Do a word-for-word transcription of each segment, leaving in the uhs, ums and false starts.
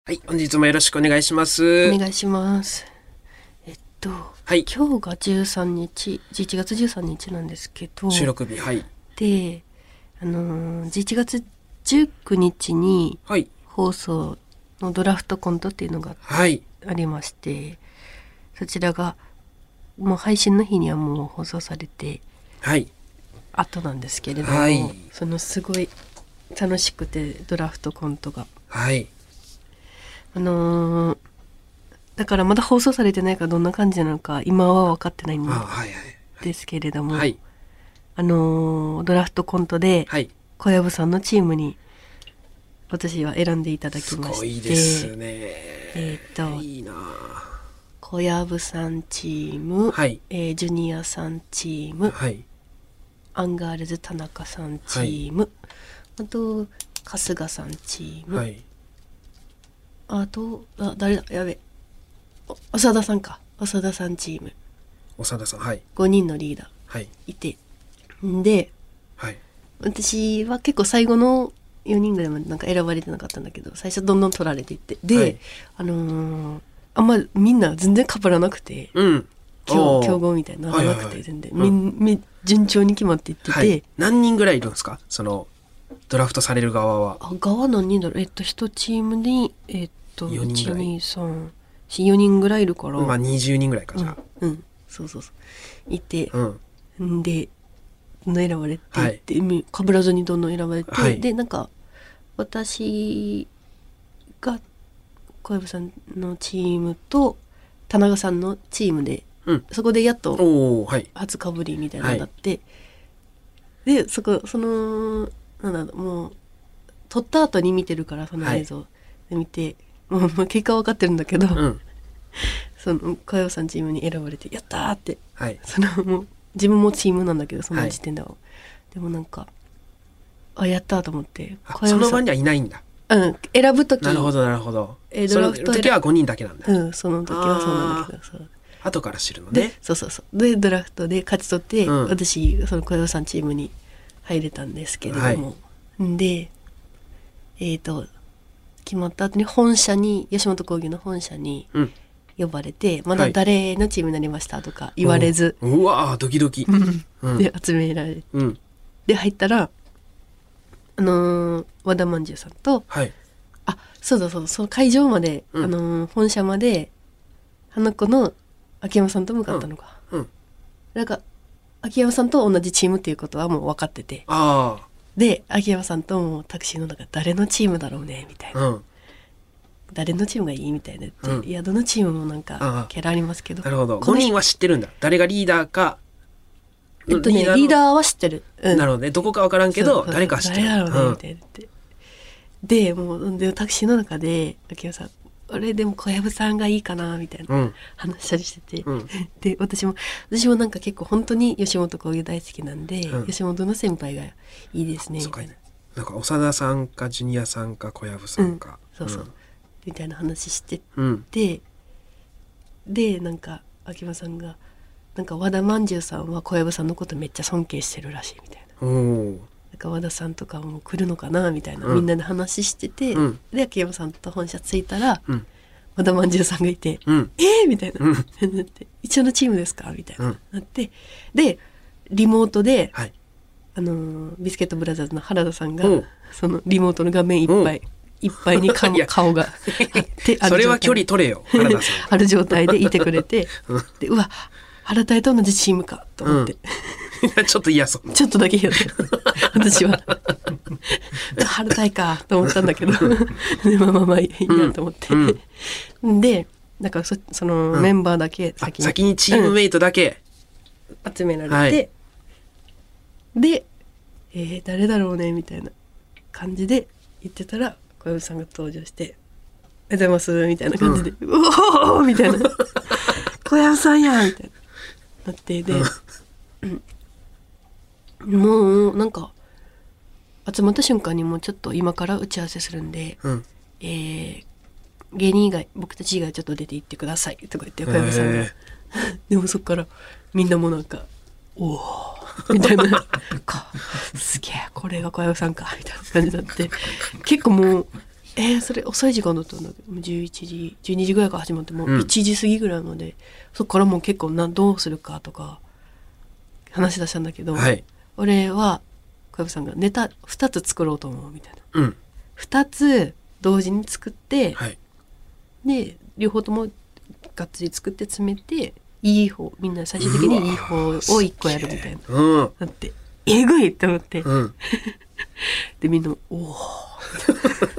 はい、本日もよろしくお願いします。 お願いします。えっと、 はい、 今日がじゅうさんにち、じゅういちがつじゅうさんにちなんですけど、 収録日、はい。 で、あのー、じゅういちがつじゅうくにちにはい。 放送のドラフトコントっていうのがはい。 ありまして、そちらがもう配信の日にはもう放送されてはい。 後なんですけれども、 はい。 そのすごい楽しくてドラフトコントが。 はい。 あのーだからまだ放送されてないからどんな感じなのか今は分かってないんあ、はい、はい。 ですけれども、 はい。 あのードラフトコントではい。 小籔さんのチームに私は選んでいただきすまして、 ごいですね。 えっといいな。 小籔さんチーム、 はい。 えージュニアさんチーム、 はい。 アンガールズ田中さんチーム、あと春日さんチーム、 はい。 あとあ誰だやべお長田さんか長田さんチーム長田さん、はい。 ごにんのリーダーはい。 いて、んではい。 私は結構最後のよにんぐらいまでなんか選ばれてなかったんだけど、最初どんどん取られていってで、 はい。 あのーあんまみんな全然かぶらなくて、 うん。 競おー競合みたいにならなくて、 はいはいはい全然、 うんみんみ順調に決まっていってて、 はい。何人ぐらいいるんですか、その、ドラフトされる側は。 あ側何人だろう、えっといちチームにえっとよにんぐらいいちにさんよにんぐらいいるから、 まあ、にじゅうにんぐらいか、じゃあ。 うん、うん、そうそうそういて、 うん。 んでどんどん選ばれていはいって、みかぶらずにどんどん選ばれて、 はいでなんか私が小籔さんのチームと田中さんのチームで、 うん。 そこでやっとおー、はい。 初かぶりみたいなのになって、でそこそのなんだろう、もう撮った後に見てるからその映像で見て、もうもう結果は分かってるんだけど、 うん。 その小籔さんチームに選ばれてやったーって、 はい。 そのもう自分もチームなんだけどその時点では、でもなんかあやったーと思って、 あ小籔さんその場にはいないんだ。 うん選ぶ時なるほどなるほど。 えーそのドラフト時はごにんだけなんだ。 うんその時はそうなんだけど、そう後から知るのでね。 そうそうそうでドラフトで勝ち取って、 うん私その小籔さんチームに入れたんですけれども、んでえっ、と決まった後に本社に吉本興業の本社にうん。 呼ばれて、まだはい誰のチームになりましたとか言われず、 おうわードキドキ。うん。 で集められて、 うん。 で入ったらあのー和田まんじゅうさんと、 はい。 あそうだそうだ、その会場まで、 うんあのー本社まで花子の秋山さんと向かったのか、 うん。 なんか秋山さんと同じチームっていうことはもう分かってて、 あで秋山さんともタクシーの中誰のチームだろうねみたいあ。 な、 うん。 誰のチームがいいみたいな言って、 うんいやどのチームもなんあかあキャラありますけど、 なるほど。 このごにんは知ってるんだ。誰がリーダーか。 えっとねのリーダーは知ってる、うん、 なるほどね。どこかわからんけど、 そうそう誰か知ってる。 誰だろうねうんみたいな言って、でもうでタクシーの中で秋山さん俺でも小籔さんがいいかなみたいなうん。 話したりしてて、 うん。 で私も私もなんか結構本当に吉本興業大好きなんで、 うん吉本の先輩がいいですねみそうかたいな、 なんか、長田さんか、ジュニアさんか、小籔さんか。 そうそう、みたいな話してうん。うん。 て、でなんか秋山さんがなんか和田まんじゅうさんは小籔さんのことめっちゃ尊敬してるらしいみたいな、 おーなんか和田さんとかも来るのかなみたいな、 うんみんなで話してて、 うんで秋山さんと本社着いたら、 うん。 和田まんじゅうさんがいて、 うん。 えー、みたいな、 うん。 なって一緒のチームですかみたいな、 うんなってでリモートで、 はい。 あのービスケットブラザーズの原田さんが、 うんそのリモートの画面いっぱい、いっぱいに顔いや顔があってあるそれは距状態離取れよ、原田さん。 ある状態でいてくれて、 うんでうわ原田と同じチームかと思って、 ちょっと嫌そう。 ちょっとだけ嫌だ私は原田かと思ったんだけどでまあまあまあいいやと思って、 うんでだからそそのメンバーだけあ先に,、 先にチームメイトだけ。 集められて、 はいで、えー誰だろうねみたいな感じで言ってたら小籔さんが登場して「おはようございます」みたいな感じで「うおー!」みたいな「小籔さんやん!」みたいななってで、うんもうなんか集まった瞬間にもうちょっと今から打ち合わせするんで、 うん。 えー芸人以外僕たち以外ちょっと出て行ってくださいとか言って小籔さんが、 へーでもそっからみんなもなんか「おお」みたいなかすげえこれが小籔さんかみたいな感じになって結構もうえー、それ遅い時間だったんだけど、じゅういちじじゅうにじぐらいから始まって、もういちじ過ぎぐらいまで、うん、そっからもう結構などうするかとか話し出したんだけど、 はい、 俺は小籔さんがネタふたつ作ろうと思うみたいな、 うん、 ふたつ同時に作って、 はい、 で両方ともがっつり作って詰めていい方、みんな最終的にいい方をいっこやるみたいな、うん、だってえぐいって思って、うん、でみんなもおおそう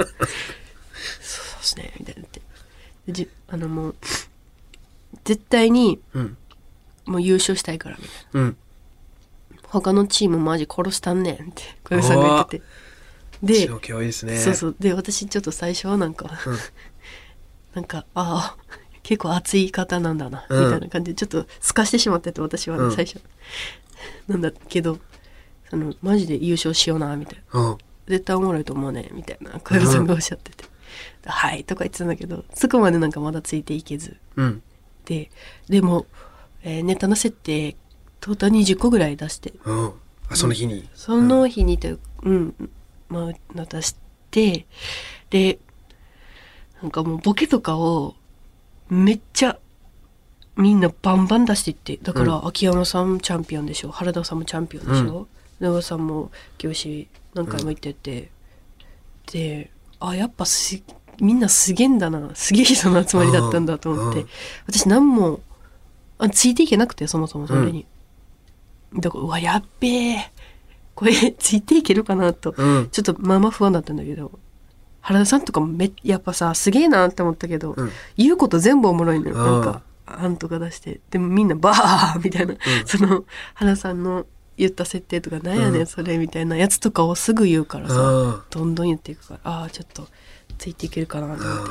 ですねみたいになって、でじあのもう絶対に、うん、もう優勝したいからみたいな、うん、他のチームマジ殺したんねんって小籔さんが言ってて、で強気多いですね。 そうそうで私ちょっと最初はなんか、うん、なんかああ結構熱い方なんだな、うん、みたいな感じでちょっとすかしてしまってて私はね、うん、最初なんだけどそのマジで優勝しようなみたいな、うん、絶対おもろいと思うねみたいな小籔さんがおっしゃってて、うん、はいとか言ってたんだけどそこまでなんかまだついていけず、うん、ででも、えー、ネタの設定トータルにじゅっこぐらい出して、 うん、あその日に、うん、 その日にとうんまあ出してでなんかもうボケとかをめっちゃみんなバンバン出していって、だから、うん、秋山さんチャンピオンでしょ、原田さんもチャンピオンでしょ、長、うん、さんも教師何回も行ってて、うん、であやっぱすみんなすげえんだな、すげえ人の集まりだったんだと思って、うん、私何もあついていけなくてそもそもそれに、うん、だからうわやっべえこれついていけるかなと、うん、ちょっとまあまあ不安だったんだけど、原田さんとかもめやっぱさすげえなって思ったけど、うん、言うこと全部おもろいのよ、なんか案とか出して、でもみんなバーみたいな、うん、その原田さんの言った設定とかなんやねんそれみたいなやつとかをすぐ言うからさ、うん、どんどん言っていくからああちょっとついていけるかなと思って、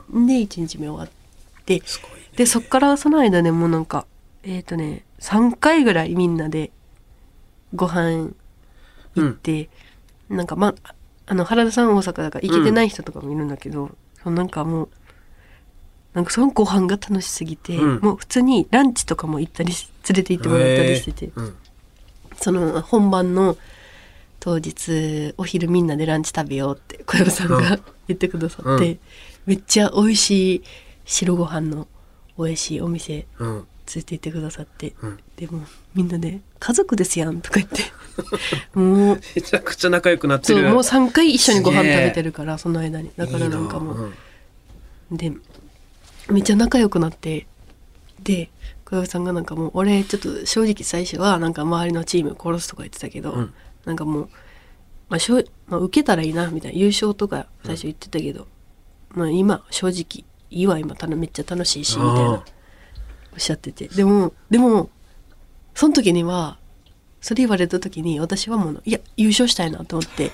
うん、でいちにちめ終わって、ね、でそっからその間ねもうなんかえっとねさんかいぐらいみんなでご飯行って、うん、なんかまああの原田さん大阪だから行けてない人とかもいるんだけど、うん、そのなんかもうなんかそのご飯が楽しすぎて、うん、もう普通にランチとかも行ったり連れて行ってもらったりしてて、うん、その本番の当日お昼みんなでランチ食べようって小籔さんが言ってくださって、うん、めっちゃ美味しい白ご飯の美味しいお店連れて行ってくださって、うん、でもみんなで家族ですやんとか言ってもうめちゃくちゃ仲良くなってる。 そうもうさんかい一緒にご飯食べてるからその間にだからなんかもういいでめっちゃ仲良くなって、で小籔さんがなんかもう俺ちょっと正直最初はなんか周りのチーム殺すとか言ってたけど、うん、なんかもう、まあしょまあ、受けたらいいなみたいな優勝とか最初言ってたけど、うん、まあ今正直いいわ今ためっちゃ楽しいしみたいなおっしゃってて、でもでもその時にはそれ言われた時に私はもういや優勝したいなと思って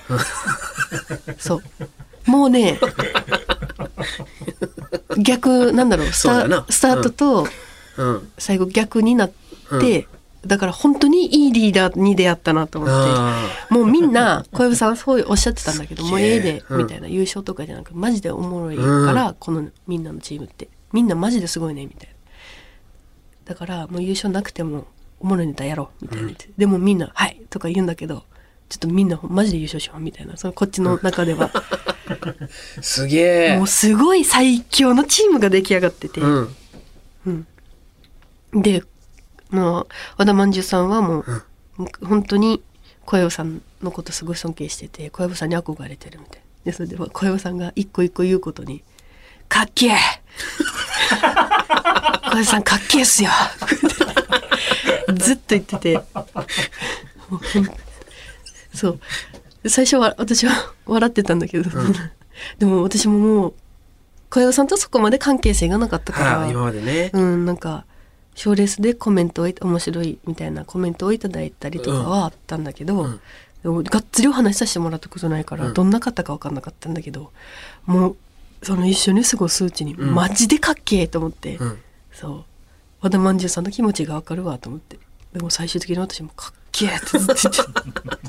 そうもうね逆なんだろうスタ、スタートと最後逆になって、うん、だから本当にいいリーダーに出会ったなと思ってもうみんな小籔さんはそうおっしゃってたんだけどもうええでみたいな、うん、優勝とかじゃなくマジでおもろいから、うん、このみんなのチームってみんなマジですごいねみたいなだからもう優勝なくてもおもろいネタやろうみたいな、うん、でもみんなはいとか言うんだけどちょっとみんなマジで優勝しようみたいなそのこっちの中ではすげえもうすごい最強のチームが出来上がってて、うんうん、でもう和田まんじゅうさんはもう、うん、もう本当に小籔さんのことすごい尊敬してて小籔さんに憧れてるみたいでそれで小籔さんが一個一個言うことにかっけえ小籔さんかっけえっすよずっと言っててそう最初は私は笑ってたんだけど、うん、でも私ももう小籔さんとそこまで関係性がなかったから、 はあ、今までねうんなんか賞レースでコメントを面白いみたいなコメントをいただいたりとかはあったんだけど、うん、でもがっつりお話しさせてもらったことないから、うん、どんな方か分かんなかったんだけどもうその一緒に過ごすうちに、うん、マジでかっけえと思って、うん、そう和田まんじゅうさんの気持ちが分かるわと思ってでも最終的に私もかっけえってずっと言って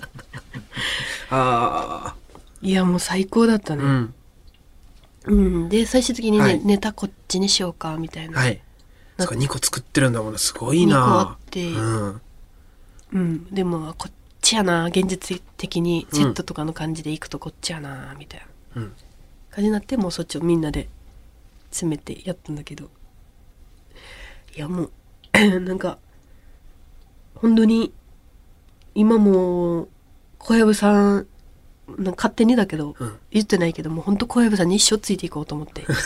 あいやもう最高だったね、うんうん、で最終的にね、はい、ネタこっちにしようかみたいな、 はい、なんかにこ作ってるんだもんすごいなにこあって、うんうん、でもこっちやな現実的にセットとかの感じでいくとこっちやなみたいな感じになって、もうそっちをみんなで詰めてやったんだけど、いやもうなんか本当に今もう小籔さんなんか勝手にだけど、 うん、 言ってないけどもう本当小籔さんに一生ついていこうと思って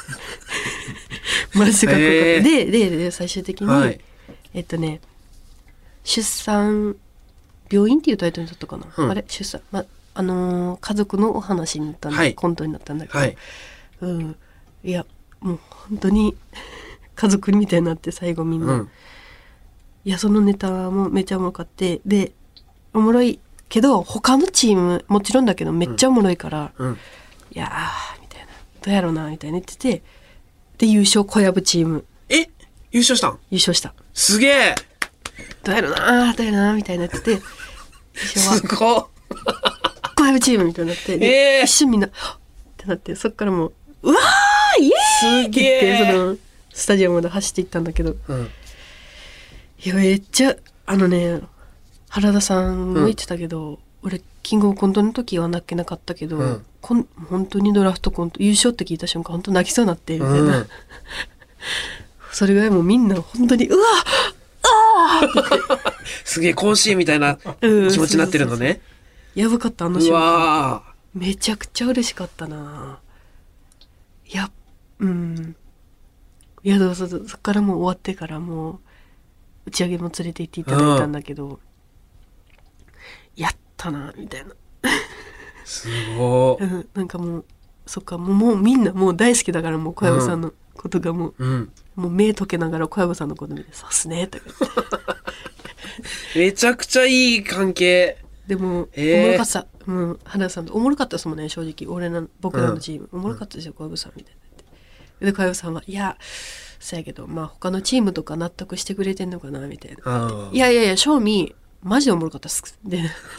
マジかっこよかった、えー、で, でで最終的に、はい、えっとね出産病院っていうタイトルだったかな、うん、あれ出産、ま、あのー、家族のお話になったんだ、はい、コントになったんだけど、はい、うん、いやもう本当に家族みたいになって最後みんな、うん、いやそのネタもめっちゃおもろかってでおもろいけど他のチームもちろんだけどめっちゃおもろいから、うんうん、いやーみたいなどうやろうなみたいな言っててで優勝小籔チームえ優勝したん優勝したすげえどうやろうなどうやろうなみたいになっててすごっ小籔チームみたいになって、えー、一瞬みんなってなってそっからもううわーイエーイって言ってそのスタジアムまで走っていったんだけど、うん、いやめっちゃあのね原田さんも言ってたけど、うん、俺キングオブコントの時は泣けなかったけど、うん、こん本当にドラフトコント優勝って聞いた瞬間本当泣きそうになってみたいな、うん、それぐらいもうみんな本当にうわあすげえ甲子園みたいな気持ちになってるのね、うん、そうそうそうやばかったあの瞬間めちゃくちゃ嬉しかったないやうんいやそ, そ, そっからもう終わってからもう打ち上げも連れて行っていただいたんだけど、うん、やったなみたいなすごい、うん、なんかもうそっかもう、もうみんなもう大好きだからもう小籔さんのことがもう、うん、もう目溶けながら小籔さんのこと見てそうっすねとかめちゃくちゃいい関係でも、えー、おもろかった、うん、原田さんとおもろかったですもんね正直俺ら僕らのチーム、うん、おもろかったですよ小籔さんみたいなで小籔さんはいやそうやけどまあ他のチームとか納得してくれてんのかなみたいな。いやいやいや正味マジでおもろかったっすで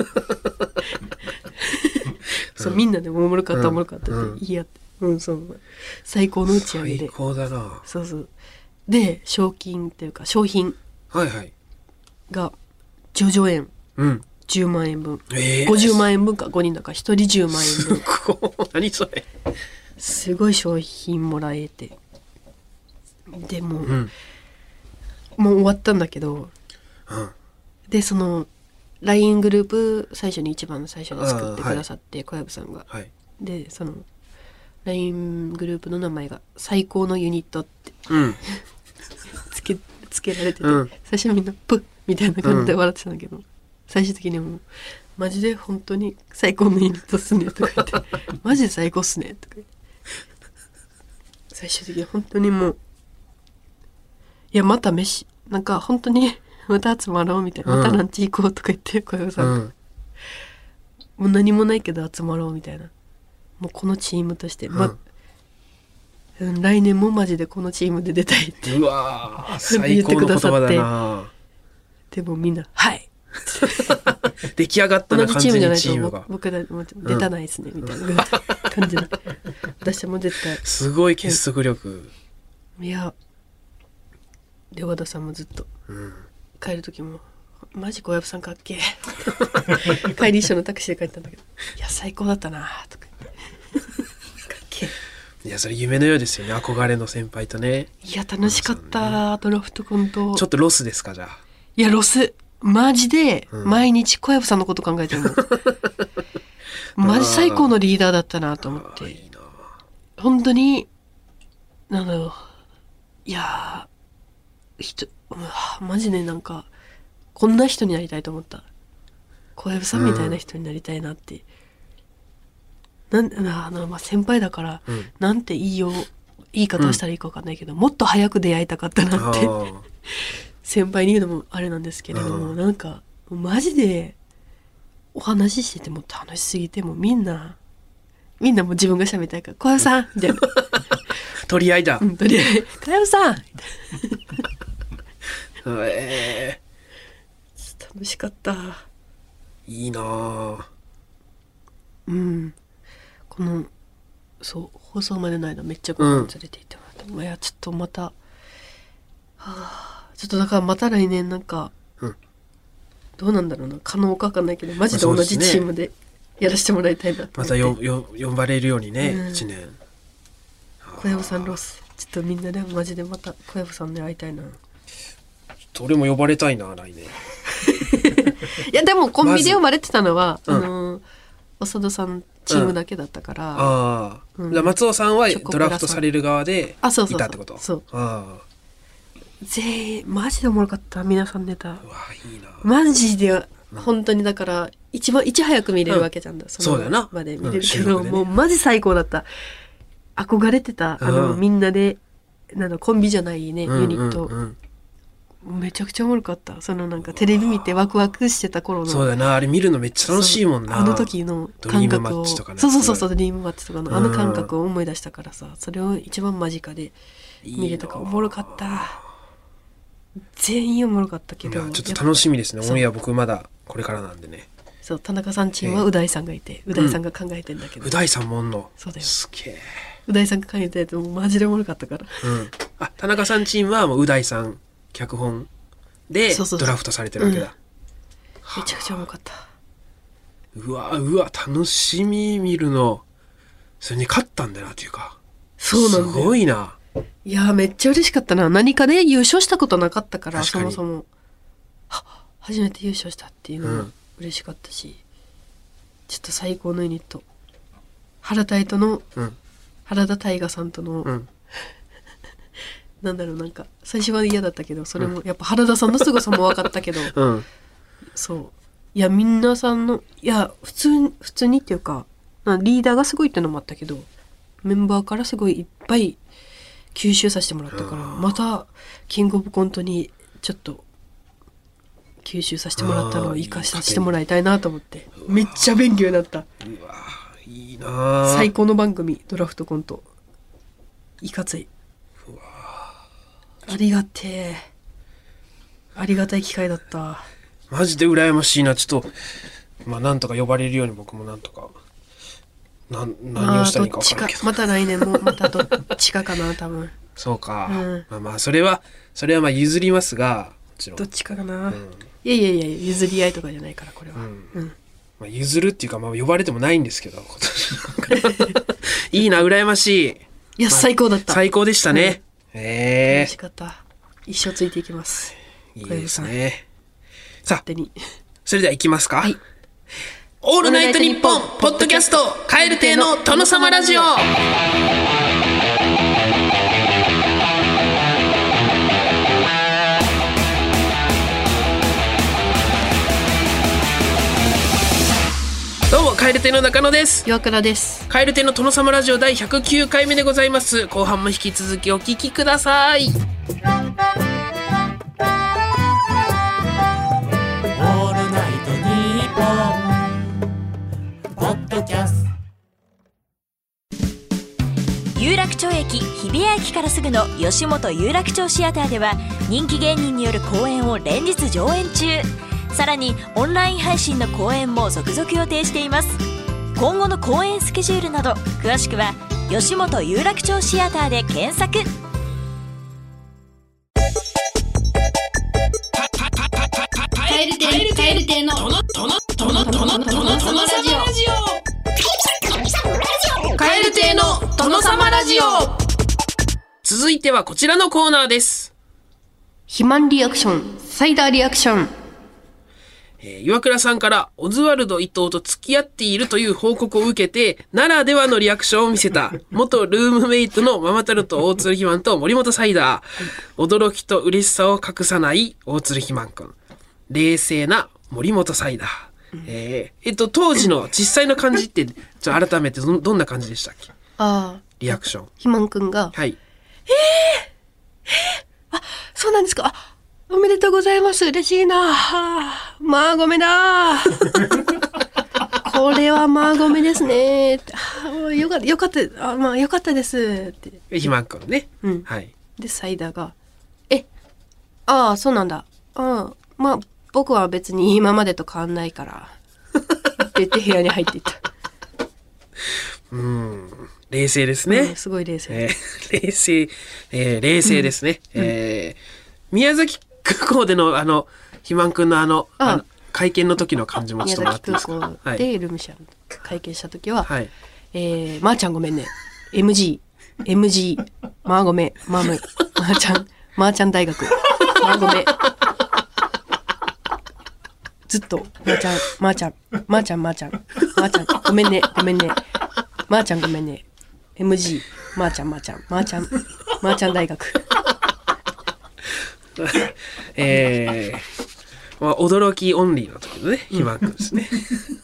そう、うん、みんなでもおもろかったおもろかったって言い合って、うん、うん、そう最高の打ち上げで最高だな。 そうそうで賞金っていうか商品はいはいがジョジョ園、うん、じゅうまんえんぶん、えー、ごじゅうまんえんぶんかごにんだからひとりじゅうまんえんぶんすごい何それすごい商品もらえてでも、うん、もう終わったんだけど、うん、でその ライン グループ最初に一番最初に作ってくださって、はい、小籔さんが、はい、でその ライン グループの名前が最高のユニットって、うん、つけつけられてて、うん、最初みんなプッみたいな感じで笑ってたんだけど、うん、最終的にもうマジで本当に最高のユニットっすねとか言ってマジで最高っすねとか言って最終的に本当にもういやまた飯なんか本当にまた集まろうみたいな、うん、またランチ行こうとか言って小籔さんと、うん、もう何もないけど集まろうみたいなもうこのチームとして、うんまうん、来年もマジでこのチームで出たいってうわ最高の言葉だなでもみんなはい出来上がったな完全にチームが僕らも出たないですね、うん、みたいな感じで私も絶対すごい結束力いやで和田さんもずっと、うん、帰る時もマジ小籔さんかっけえ帰り一緒のタクシーで帰ったんだけどいや最高だったなとか言ってかっけえいやそれ夢のようですよね憧れの先輩とねいや楽しかった、ね、ドラフトコントちょっとロスですかじゃあいやロスマジで毎日小籔さんのこと考えてるの、うん、マジ最高のリーダーだったなと思っていいな本当になんだろういや人マジでなんかこんな人になりたいと思った小籔さんみたいな人になりたいなって、うん、なんあの、まあ、先輩だから、うん、なんていいよ言い方をしたらいいか分かんないけど、うん、もっと早く出会いたかったなって先輩に言うのもあれなんですけれども、うん、なんかマジでお話ししてても楽しすぎてもみんなみんなも自分が喋りたいから小籔さんみたいな取り合いだ、 うん、取り合い小籔さんみたいなえー、楽しかったいいなぁうんこのそう放送までの間めっちゃご飯連れて行ってもらって、うん、いやちょっとまたはあちょっとだからまた来年なんか、うん、どうなんだろうな可能か分かんないけどマジで同じチームでやらせてもらいたいなとま思ったてよよ呼ばれるようにね、 うん一年。 小籔さんロスちょっとみんなでマジでまた小籔さんに会いたいな。い俺も呼ばれたいな来年。 やでもコンビで呼ばれてたのは、 まずあの長田さんチームだけだったから、 ああ、 うんじゃあ松尾さんはチョコプラさんドラフトされる側であそうそうそういたってこと。 そうあ全員マジでおもろかった皆さんネタあ、うわいいな。 マジで本当にだから一番いち早く見れるわけじゃんだ、 んそそうだよなのまで見れるうんけど、 収録でねもうマジ最高だった。憧れてたあの、 うんみんなでなんだコンビじゃないね、ユニット、 うんうんうんめちゃくちゃおもろかった。そのなんかテレビ見てワクワクしてた頃のそうだよな、あれ見るのめっちゃ楽しいもんな。 そうあの時の感ドリームマ覚をッチとかねそうそうそうそうドリームマッチとかのあのうん感覚を思い出したからさ、それを一番間近で見れたからおもろかった。全員おもろかったけど、 いやちょっと楽しみですね。 そうオンエア僕まだこれからなんでね。 そう田中さんチームはう大さんがいて、う大さんが考えてんだけど、 う大さんもおんの。 そうだよすげえ。 う大さんが考えててもうマジでおもろかったから。 うん。あ、田中さんチームはもうう大さん脚本でそうそうそうドラフトされてるわけだ。 めちゃくちゃおもろかった。 うわうわ楽しみ見るの。それに勝ったんだなっていうか。 そうなんだよ。 すごいな。 いやーめっちゃ嬉しかったな。何かで優勝したことなかったから、 確かにそもそもは初めて優勝したっていうのもうん嬉しかったし、ちょっと最高のユニット原田とのうん原田大河さんとの、 うん。 なんだろうなんか最初は嫌だったけど、それもやっぱ原田さんの凄さも分かったけどうん。 そういや皆さんのいや普通に普通にっていうかなリーダーがすごいってのもあったけど、メンバーからすごいいっぱい吸収させてもらったから、またキングオブコントにちょっと吸収させてもらったのを生かさせてもらいたいなと思って、めっちゃ勉強になった。 うわいいな。 最高の番組ドラフトコントいかつい。ありがてえありがたい機会だった。 マジで羨ましいな。ちょっとまあなんとか呼ばれるように僕もなんとかなん何をしたらいいか分からんけど。 まあどっちかまた来年もまたどっちかかな多分そうか。 うんまあまあそれはそれはまあ譲りますが、もちろん。 どっちかかな、 うんいやいやいや譲り合いとかじゃないからこれは、 うんうんまあ、譲るっていうかまあ呼ばれてもないんですけど今年いいな羨ましい。 いや、最高だった最高でしたね。え楽しかった。一生ついていきます。 えいいですね。さあ手にそれでは行きますか。 はいオールナイトニッポンポッドキャスト蛙亭の殿様ラジオ。どうも蛙亭の中野です。 岩倉です。 蛙亭の殿様ラジオ第ひゃくきゅうかいめでございます。後半も引き続きお聞きください。 オールナイトニッポンポッドキャスト。 有楽町駅日比谷駅からすぐの吉本有楽町シアターでは人気芸人による公演を連日上演中。さらにオンライン配信の公演も続々予定しています。今後の公演スケジュールなど詳しくは吉本有楽町シアターで検索。 蛙亭蛙亭のトノトノトノトノトノトノラジオ。 蛙亭の殿様ラジオ。続いてはこちらのコーナーです。 肥満リアクションサイダーリアクション。 えー岩倉さんからオズワルド伊藤と付き合っているという報告を受けてならではのリアクションを見せた元ルームメイトのママタルト大鶴ひまんと森本サイダー。驚きと嬉しさを隠さない大鶴ひまんくん、冷静な森本サイダー。えーえっと当時の実際の感じってちょっと改めて ど, どんな感じでしたっけ。 ああリアクション。 ひまんくんがはい。 そうなんですか。あおめでとうございます。嬉しいな。はあ、まあごめだ。これはまあごめですね。はあ、よかったよかったあまあよかったですって。 ひまんくんね。 うん。 はい。 でサイダーがえああそうなんだ。ああまあ僕は別に今までと変わんないからって言って部屋に入っていった。 うん冷静ですね。 うんすごい冷静。 えー冷静、えー冷静ですね。えー宮崎空港でのあの肥満くんのあのああの会見の時の感じもちょっ宮ともらっていい崎空ですか。はい。 港でルミシャン会見した時は、 はい。 えー、まー、ちゃんごめんね エムジー エムジー まーごめまーむいまーちゃんまーちゃん大学まーごめずっとまーちゃんまーちゃんまーちゃんまーちゃんまーちゃんごめんねごめんねまーちゃんごめんね エムジー まーちゃんまーちゃんまーちゃんまーちゃん大学えー、まあ、驚きオンリーの時のね、ひまんくんですね。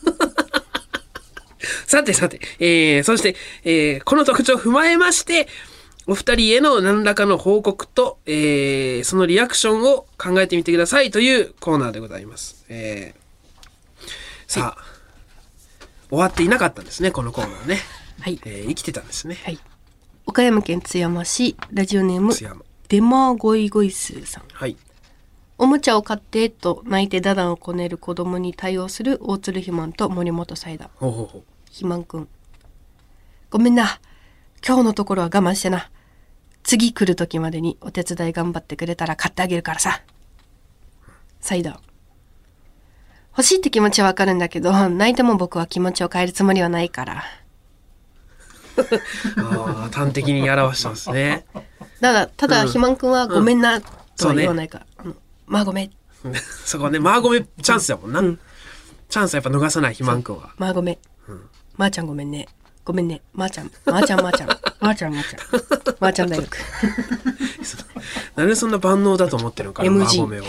さてさて、えー、そして、えー、この特徴を踏まえまして、お二人への何らかの報告と、えー、そのリアクションを考えてみてくださいというコーナーでございます。えー、さあ、終わっていなかったんですね、このコーナーね。 はい、 えー、生きてたんですね。 はい、岡山県津山市ラジオネーム津山。 デマゴイゴイスーさん。 はい。 おもちゃを買ってと泣いてダダンをこねる子供に対応する大鶴ひまんと森本サイダー。 ほうほうほう。 ひまんくん。ごめんな。今日のところは我慢してな。次来る時までにお手伝い頑張ってくれたら買ってあげるからさ。サイダー。欲しいって気持ちはわかるんだけど、泣いても僕は気持ちを変えるつもりはないから。 ああ、端的に表してますね。 ただ、ただ、 うんひまんくんはごめんなとは言わないから。 そうね、 うん、まあごめん。 そこはね、マーゴメチャンスだもんな。 うん、 チャンスやっぱ逃さないひまんくんは。 まあごめん。まー、ちゃんごめんね。ごめんね。まー、ちゃん。まー、ちゃんまーちゃん。まー、ちゃんまーちゃん。まー、ちゃん大学。 なんでそんな万能だと思ってるのかな、 エムジーマーゴメを。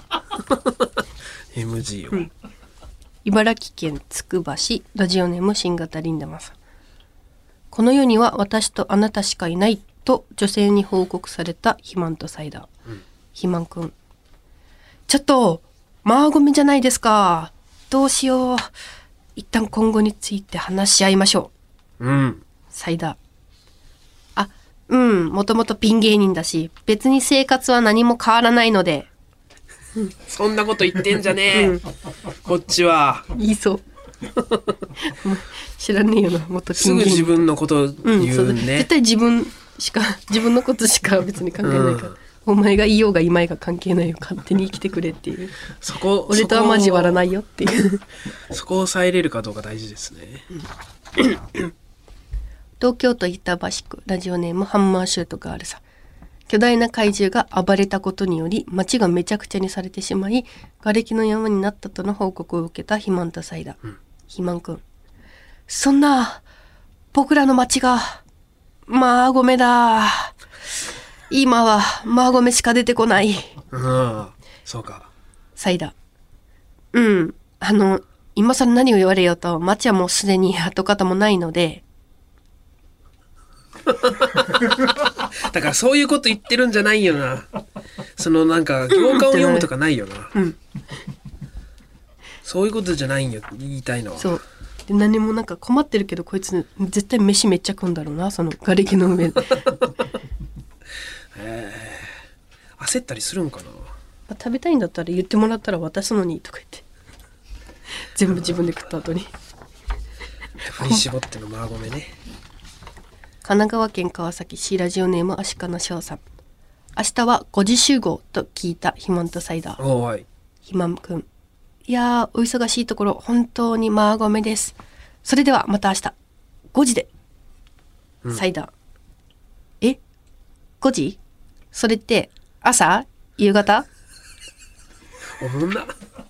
エムジー を。うん、 茨城県つくば市ラジオネーム新型リンダマさん。この世には私とあなたしかいないと女性に報告されたひまんとサイダー。うん、ひまんくん。ちょっと、マーゴメじゃないですか。どうしよう。一旦今後について話し合いましょう。うん。 サイダー。あ、うん、もともとピン芸人だし、別に生活は何も変わらないので。 そんなこと言ってんじゃねえ。うん、こっちは。 言いそう。知らねえよな、もっとすぐ自分のこと言うね、うん、 絶対自分しか自分のことしか別に考えないから、うん、お前がいようがいまいが関係ないよ、勝手に生きてくれっていう。 そこ俺とは交わらないよっていうそこを抑えれるかどうか大事ですね。 東京都板橋区ラジオネームハンマーシュートガールさん。巨大な怪獣が暴れたことにより街がめちゃくちゃにされてしまい、瓦礫の山になったとの報告を受けたひまんとサイダー。うん、ひまんくん。そんな、僕らの町が、まあごめだ。今は、まあごめしか出てこない。 うん、そうか。 サイダー。うん、あの、今更何を言われようと、町はもうすでに跡形もないので。 だからそういうこと言ってるんじゃないよな。そのなんか、行間を読むとかないよな。うん、そういうことじゃないんよ、言いたいのは。 そう。で何もなんか困ってるけどこいつ絶対飯めっちゃ食うんだろうな、その瓦礫の上でえー、焦ったりするんかな。 食べたいんだったら言ってもらったら渡すのにとか言って全部自分で食った後に振り絞ってのマーゴメね。 神奈川県川崎市ラジオネーム足利翔さん。明日はごじ集合と聞いたひまんとサイダー。 おーい。 ひまんくん。いやー、お忙しいところ本当にマーゴメです。それではまた明日ごじで、うん、サイダー。え ?ご 時それって朝夕方おもんな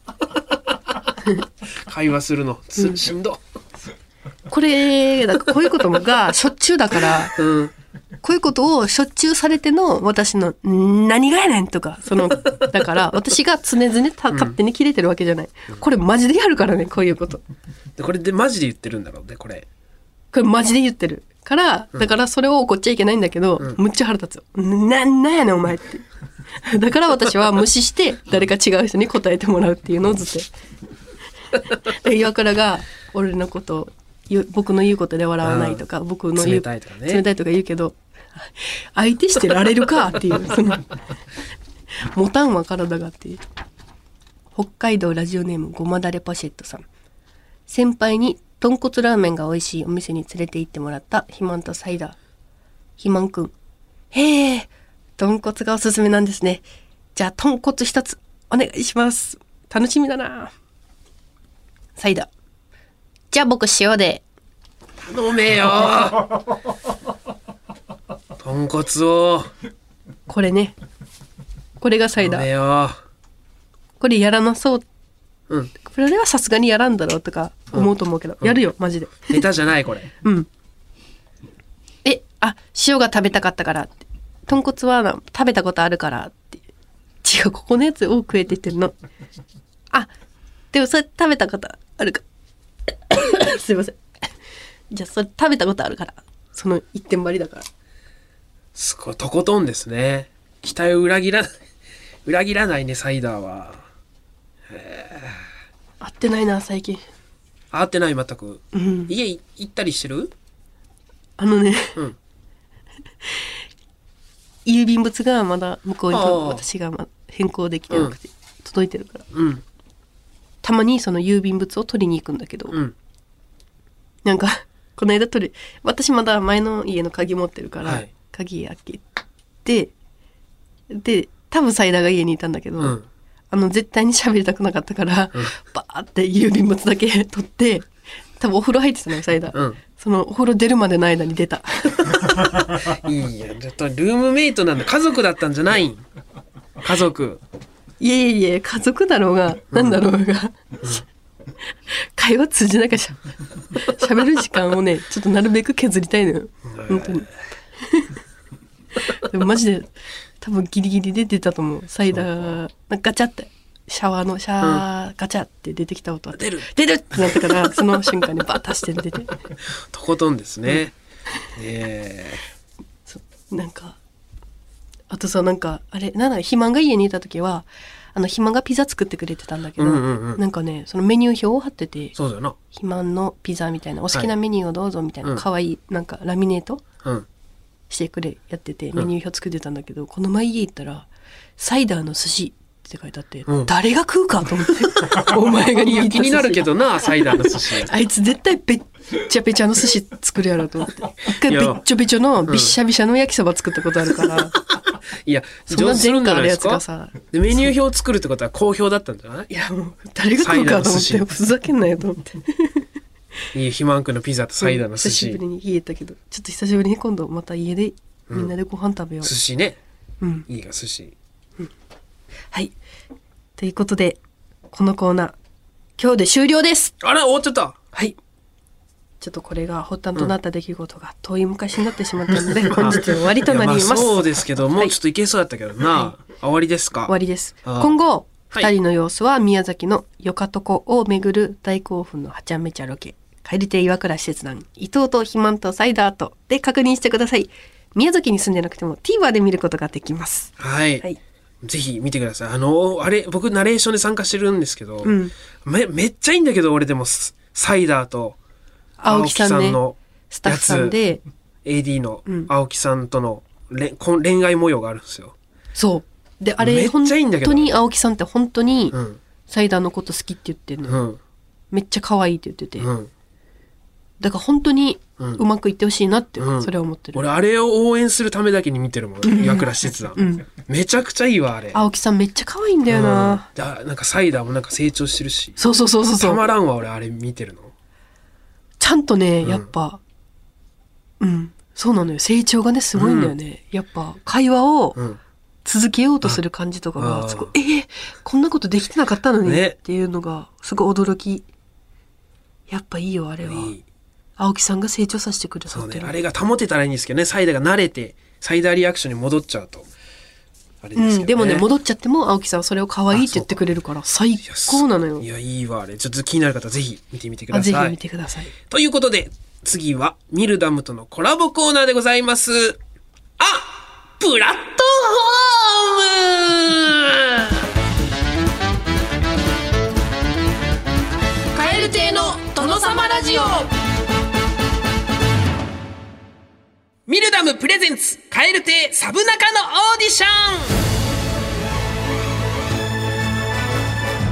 会話するのつ、うん、しんど。 これだからこういうことがしょっちゅうだから、うん、こういうことをしょっちゅうされての私の何がやねんとか、そのだから私が常々た勝手にキレてるわけじゃない、うん、これマジでやるからね、こういうことで。これでマジで言ってるんだろうね、これこれマジで言ってるから、だからそれを怒っちゃいけないんだけど、うん、むっちゃ腹立つよ。な、なんやねんお前ってだから私は無視して誰か違う人に答えてもらうっていうのをずっと岩倉が俺のことを僕の言うことで笑わないとか、うん、僕の言う冷たいとかね、 冷たいとか言うけど、相手してられるかっていうその持たんわ体がっていう。北海道ラジオネームごまだれポシェットさん。先輩に豚骨ラーメンが美味しいお店に連れて行ってもらったひまんとサイダー。ひまんくん。へえ、豚骨がおすすめなんですね。じゃあ豚骨一つお願いします。楽しみだな。 サイダー。じゃあ僕塩で。 頼めよ豚骨をこれね。これがサイダ頼めー。 よ。 これやらなそう。 うん。 これはさすがにやらんだろうとか思うと思うけど、やるよマジで。 ネタじゃないこれ。 うん。え、あ、塩が食べたかったからって。豚骨はな食べたことあるからって。違う、ここのやつを食えって言ってるの。あ、でもそれ食べたことあるか。すいません。じゃあそれ食べたことあるから。その一点張りだから。 すごいとことんですね。期待を裏切らない裏切らないねサイダーは。 合ってないな最近。 合ってない全く。 うん。 家行ったりしてる？ あのね、 うん。 郵便物がまだ向こうにああ私がま変更できてなくて、届いてるから。 うんたまにその郵便物を取りに行くんだけど、 うんなんかこの間取る私まだ前の家の鍵持ってるから、 はい鍵開けてで多分サイダーが家にいたんだけど、 うんあの絶対に喋りたくなかったから、バーって郵便物だけ取って多分お風呂入ってたのよサイダー、 うんそのお風呂出るまでの間に出た。 いやちょっとルームメイトなんだ家族だったんじゃないん家族。 いえいえ家族だろうがなんだろうが、会話通じなきゃしゃ喋る時間をねちょっとなるべく削りたいのよ本当に。でもマジで多分ギリギリで出たと思う。サイダーなんかガチャってシャワーのシャー、うん、ガチャって出てきた音あって出る出るってなったからその瞬間にバッとして出てとことんですね。うん、えー、なんかあとさなんかあれなんだ肥満が家にいた時はあの肥満がピザ作ってくれてたんだけど、 うんうんうん、 なんかねそのメニュー表を貼っててそうだよな肥満のピザみたいなお好きなメニューをどうぞみたいな、 はい、 かわいいなんかラミネート、 うんしてくれやっててメニュー表作ってたんだけど、うん、この前家行ったらサイダーの寿司って書いてあって、うん、誰が食うかと思ってお前が握った寿司気になるけどなサイダーの寿司あいつ絶対べっちゃべちゃの寿司作るやろと思って一回べっちょべちょのびっしゃびしゃの焼きそば作ったことあるから、うん、 いやそんな前科あるやつがさでメニュー表作るってことは好評だったんじゃない？ いやもう誰が食うかと思ってふざけんなよと思っていい肥満区のピザとサイダーの寿司、 久しぶりに家行ったけどちょっと久しぶりに今度また家でみんなでご飯食べよう、うん、 寿司ね、 うん、 いいが寿司、 うん、はいということでこのコーナー今日で終了です。 あら終わっちゃった。 はいちょっとこれが発端となった出来事が遠い昔になってしまったので、うん、本日は終わりとなります。 まあそうですけども、はい、ちょっといけそうだったけどな、はい、終わりですか？ 終わりです。今後ふたりの様子は宮崎のよかとこを巡る大興奮のはちゃめちゃロケ帰り手岩倉使節団伊藤と肥満とサイダーとで確認してください。宮崎に住んでなくても ティーバー で見ることができます。 はい、はい、ぜひ見てください。あのあれ僕ナレーションで参加してるんですけど、うん、め, めっちゃいいんだけど俺でもサイダーと青木さんのスタッフさんでエーディー の青木さんとの恋、うん、恋愛模様があるんですよ。 そうであれめっちゃいいんだけど本当に青木さんって本当にサイダーのこと好きって言ってるのよ、うん、めっちゃ可愛いって言ってて、うん、だから本当にうまくいってほしいなって、うん、それは思ってる。 俺あれを応援するためだけに見てるもん岩倉使節団、うん、めちゃくちゃいいわあれ。 青木さんめっちゃ可愛いんだよな、うん、 だなんかサイダーもなんか成長してるしそうそうそうそうたまらんわ俺あれ見てるのちゃんとねやっぱうん、うん、そうなのよ成長がねすごいんだよね、うん、やっぱ会話を続けようとする感じとかがすごい、えー、こんなことできてなかったのに、ね、っていうのがすごい驚き。やっぱいいよあれは。いい青木さんが成長させてくださってる、 ね、あれが保てたらいいんですけどね。サイダーが慣れてサイダーリアクションに戻っちゃうとあれですけどね、 うん、でもね戻っちゃっても青木さんはそれを可愛いって言ってくれるから最高なのよ。 いやいいわあれ。ちょっと気になる方ぜひ見てみてください。 ぜひ見てください。 ということで次はミルダムとのコラボコーナーでございます。あプラットフォームカエル亭の殿様ラジオ。 ミルダムプレゼンツカエル亭サブナカのオーディション。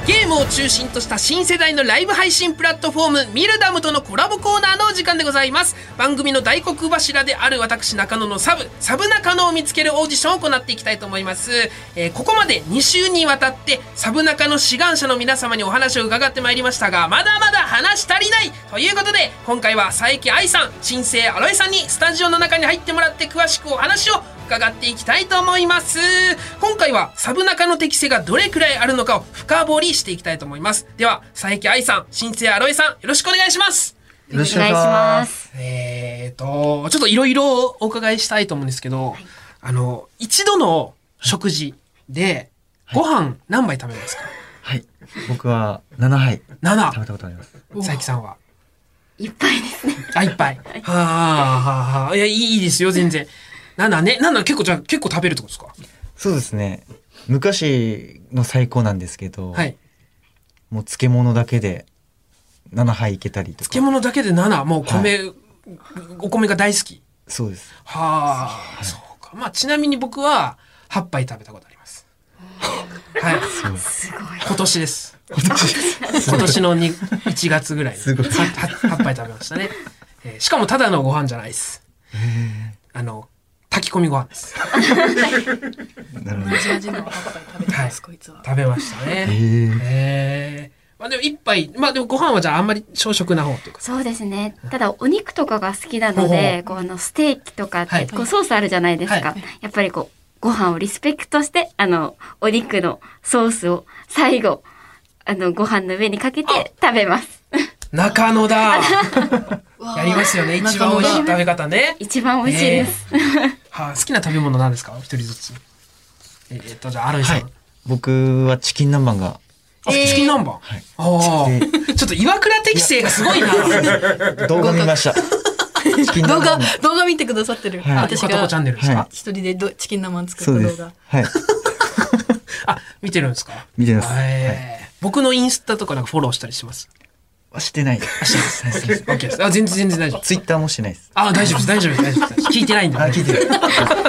ゲームを中心とした新世代のライブ配信プラットフォームミルダムとのコラボコーナーのお時間でございます。番組の大黒柱である私中野のサブサブ中野を見つけるオーディションを行っていきたいと思います。えー、ここまでに週にわたってサブ中の志願者の皆様にお話を伺ってまいりましたが、まだまだ話足りないということで、今回は佐伯愛さん、新生アロエさんにスタジオの中に入ってもらって詳しくお話を伺っていきたいと思います。今回はサブ中の適性がどれくらいあるのかを深掘りしていきたいと思います。では佐伯愛さん、新生アロエさん、よろしくお願いします。 よろしくお願いします。 えーとちょっといろいろお伺いしたいと思うんですけど、はい、あの一度の食事でご飯何杯食べますか？ はい、僕はななはいなな食べたことあります。 佐伯さんは？ いっぱいですね。 あ、いっぱい。はあはあはあ。いや、いいですよ、全然。ななね、なな結構じゃあ結構食べるってことですか？ そうですね。昔の最高なんですけど、 はい、もう漬物だけでななはいいけたりとか。 漬物だけでなな、もう米、はい、お米が大好き。 そうです。 はあ、はい、そうか。まあちなみに僕ははっぱい食べたことあります。はい。 すごい。 今年です。今年今年のにいちがつぐらいに は, はっぱい食べましたね。えー、しかもただのご飯じゃないです。あの炊き込みご飯です。 なるほど。同じ味のはっぱい食べてます、はい、こいつは。 食べましたね。えーまあでも一杯、まあでもご飯はじゃああんまり小食な方というか。 そうですね。ただお肉とかが好きなので、こうあのステーキとかってこうソースあるじゃないですか。はい、やっぱりこうご飯をリスペクトしてあのお肉のソースを最後あのご飯の上にかけて食べます。 中野だ。やりますよね。一番美味しい食べ方ね。 一番美味しいです。 えーはあ、好きな食べ物なんですか？一人ずつ。えー、っとじゃあアロイさん、はい、 僕はチキン南蛮が。 あ、チキン南蛮。はい。ああ。ちょっと岩倉適性がすごいな。 動画見ました。 動画動画見てくださってる。 はい、私がチャンネルですか？ 一人でどチキン南蛮作った動画。 はい。 あ、見てるんですか？ 見てます。 えーはい、僕のインスタとかなんかフォローしたりします？ してない。 あ、してないです。オッケーです。あ、全然全然大丈夫。 ツイッターもしてないです。 あ、大丈夫です大丈夫です大丈夫です。聞いてないんで。 あ、聞いてる。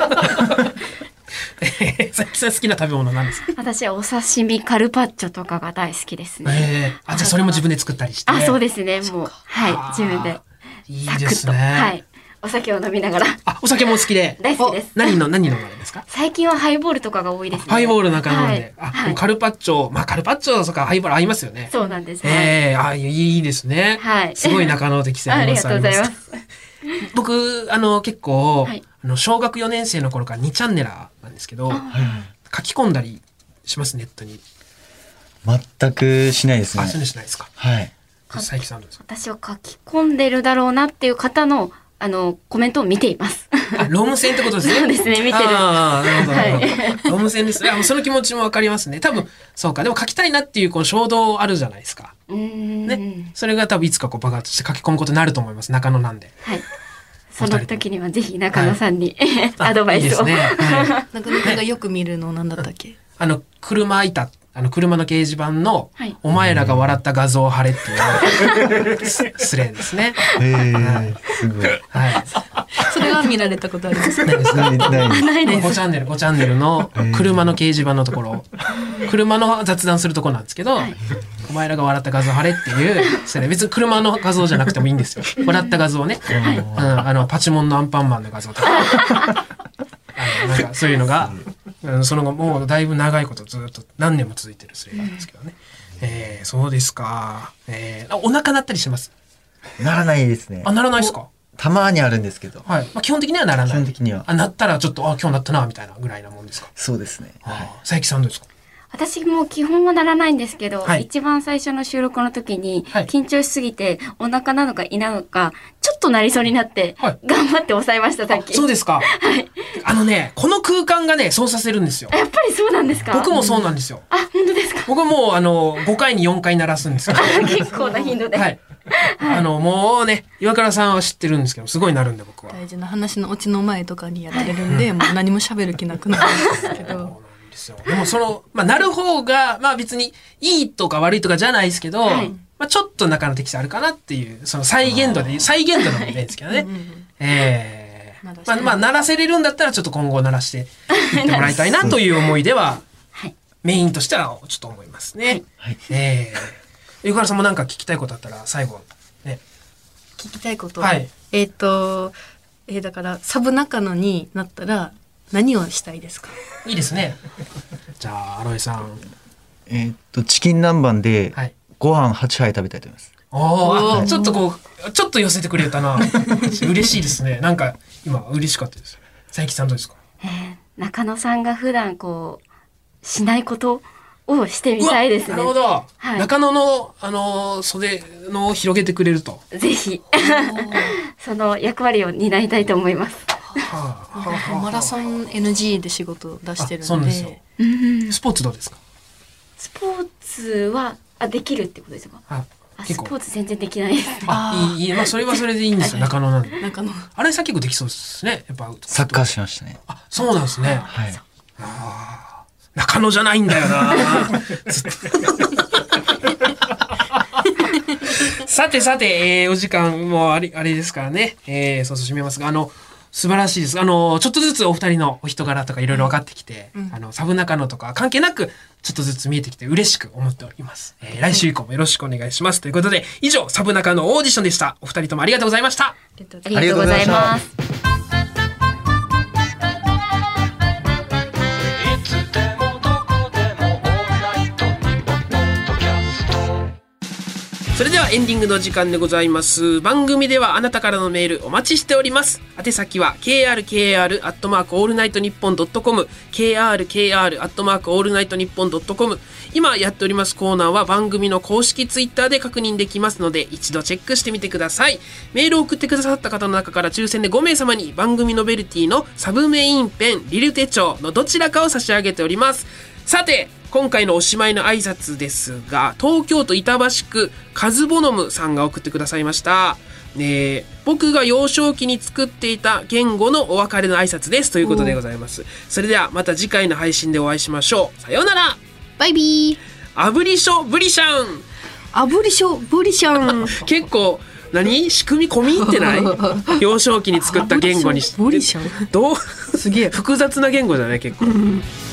佐伯さん好きな食べ物なんですか？ 私はお刺身カルパッチョとかが大好きですね。 えー、あ、じゃあそれも自分で作ったりして。 あ、そうですね。もうはい自分で。 いいですね。 はい。お酒を飲みながら。 あ、お酒も好きで。 大好きです。 何の何飲まれですか？ 最近はハイボールとかが多いですね。 ハイボールなんか飲んで、はい、あ、はい、カルパッチョ、まあカルパッチョとかハイボール合いますよね。 そうなんですね。ええー、あ、いいですね。 はい。 すごい中野適性あります。 ありがとうございます。 僕あの結構、はい、あの小学よねん生の頃からにチャンネラーなんですけど、書き込んだりしますネットに。 全くしないですね。 あ、そうしないですか。 はい。 佐伯さんどうですか？ 私は書き込んでるだろうなっていう方のあのコメントを見ています。 あ、ロム線ってことですね。 そうですね、見てる。 ああ、なるほど。はい、ロム線です。いや、その気持ちもわかりますね。多分そうか。でも書きたいなっていうこの衝動あるじゃないですか。 うん。 ね。それが多分いつかこう爆発して書き込むことになると思います。中野なんで。 はい。その時にはぜひ中野さんに、はい、アドバイスを。いいですね。 はい、中野さんがよく見るのなんだったっけ？ あの車板。あの車の掲示板の、はい、お前らが笑った画像を貼れっていうスレですね。 へー、すごい。 はい。 それは見られたことありますか？ ないですか？ ないです。 ごチャンネル、ごチャンネルの車の掲示板のところ、車の雑談するところなんですけど、はい、お前らが笑った画像貼れっていうスレ、別に車の画像じゃなくてもいいんですよ。笑った画像ね。はい、うん、あのパチモンのアンパンマンの画像とか、あのなんかそういうのが。その後もうだいぶ長いことずっと何年も続いてるスレなんですけどね。うん、えー、そうですか。えー、お腹鳴ったりします？ ならないですね。 あ、ならないですか？ たまにあるんですけど。 はい。まあ、基本的にはならない。 基本的には。 あ、鳴ったらちょっと、あ、今日鳴ったなみたいなぐらいなもんですか？ そうですね。 はい。佐伯さんどうですか？ 私も基本はならないんですけど、 はい、 一番最初の収録の時に緊張しすぎてお腹なのか胃なのかちょっとなりそうになって、はい、頑張って抑えましたさっき。 そうですか。 はい。 あのね、この空間がねそうさせるんですよ。 やっぱりそうなんですか？ 僕もそうなんですよ。 うん、あ、本当ですか？ 僕もあのごかいによんかい鳴らすんですよ。 結構な頻度で。 はい。はい、あのもうね岩倉さんは知ってるんですけどすごいなるんで僕は。 大事な話のオチの前とかにやってるんで、もう何も喋る気なくなるんですけど。 でもその、まあ、なる方が、まあ別にいいとか悪いとかじゃないですけど、はい、まあちょっと中の適性あるかなっていう、その再現度で、再現度の問題ですけどね。うんうん、ええー、まあ、まあ、鳴らせれるんだったらちょっと今後鳴らしていってもらいたいなという思いではメインとしてはちょっと思いますね。 はい。 えー、ゆからさんもなんか聞きたいことあったら最後ね。 聞きたいこと、 はい、 えっ、ー、と、えー、だからサブ中野になったら何をしたいですか？ いいですね。じゃあアロエさん。 えーっとチキン南蛮でご飯はちはい食べたいと思います。 おお、ちょっとこうちょっと寄せてくれたな。嬉しいですね。なんか今嬉しかったです。佐伯さんどうですか？ えー、中野さんが普段こうしないことをしてみたいですね。 なるほど。はい、中野のあの袖のを広げてくれると。 ぜひその役割を担いたいと思います。 はあはあ、マラソン エヌジー で仕事出してるので。 そうなんですよ。スポーツどうですか？ スポーツはあできるってことですか？ああスポーツ全然できないですね。 あいいいい、まあ、それはそれでいいんですよ。中野なんで。 中野あれさ結構できそうですね。やっぱサッカーしましたね。 あそうなんですね。 はい。 あ中野じゃないんだよな。さてさて、えー、お時間もあれあれですからね。えー、そうそう締めますが、あの素晴らしいです。あのちょっとずつお二人のお人柄とかいろいろ分かってきて、うん、あのサブ中野とか関係なくちょっとずつ見えてきて嬉しく思っております。えー、来週以降もよろしくお願いしますということで、以上サブ中野オーディションでした。お二人ともありがとうございました。 ありがとうございます。 それではエンディングの時間でございます。番組ではあなたからのメールお待ちしております。宛先は ケーアールケーアール アットマークオールナイトニッポンドットコム ケーアールケーアール アットマークオールナイトニッポンドットコム。今やっておりますコーナーは番組の公式ツイッターで確認できますので、一度チェックしてみてください。メールを送ってくださった方の中から抽選でごめいさまに番組ノベルティのサブメインペンリル手帳のどちらかを差し上げております。さて今回のおしまいの挨拶ですが、東京都板橋区カズボノムさんが送ってくださいました。えー、僕が幼少期に作っていた言語のお別れの挨拶ですということでございます。それではまた次回の配信でお会いしましょう。さようなら。 バイビー。 アブリショブリシャン。 アブリショブリシャン。 結構何仕組み込み入ってない？幼少期に作った言語にして。 ブリシャン。 どう？ すげえ複雑な言語じゃない結構。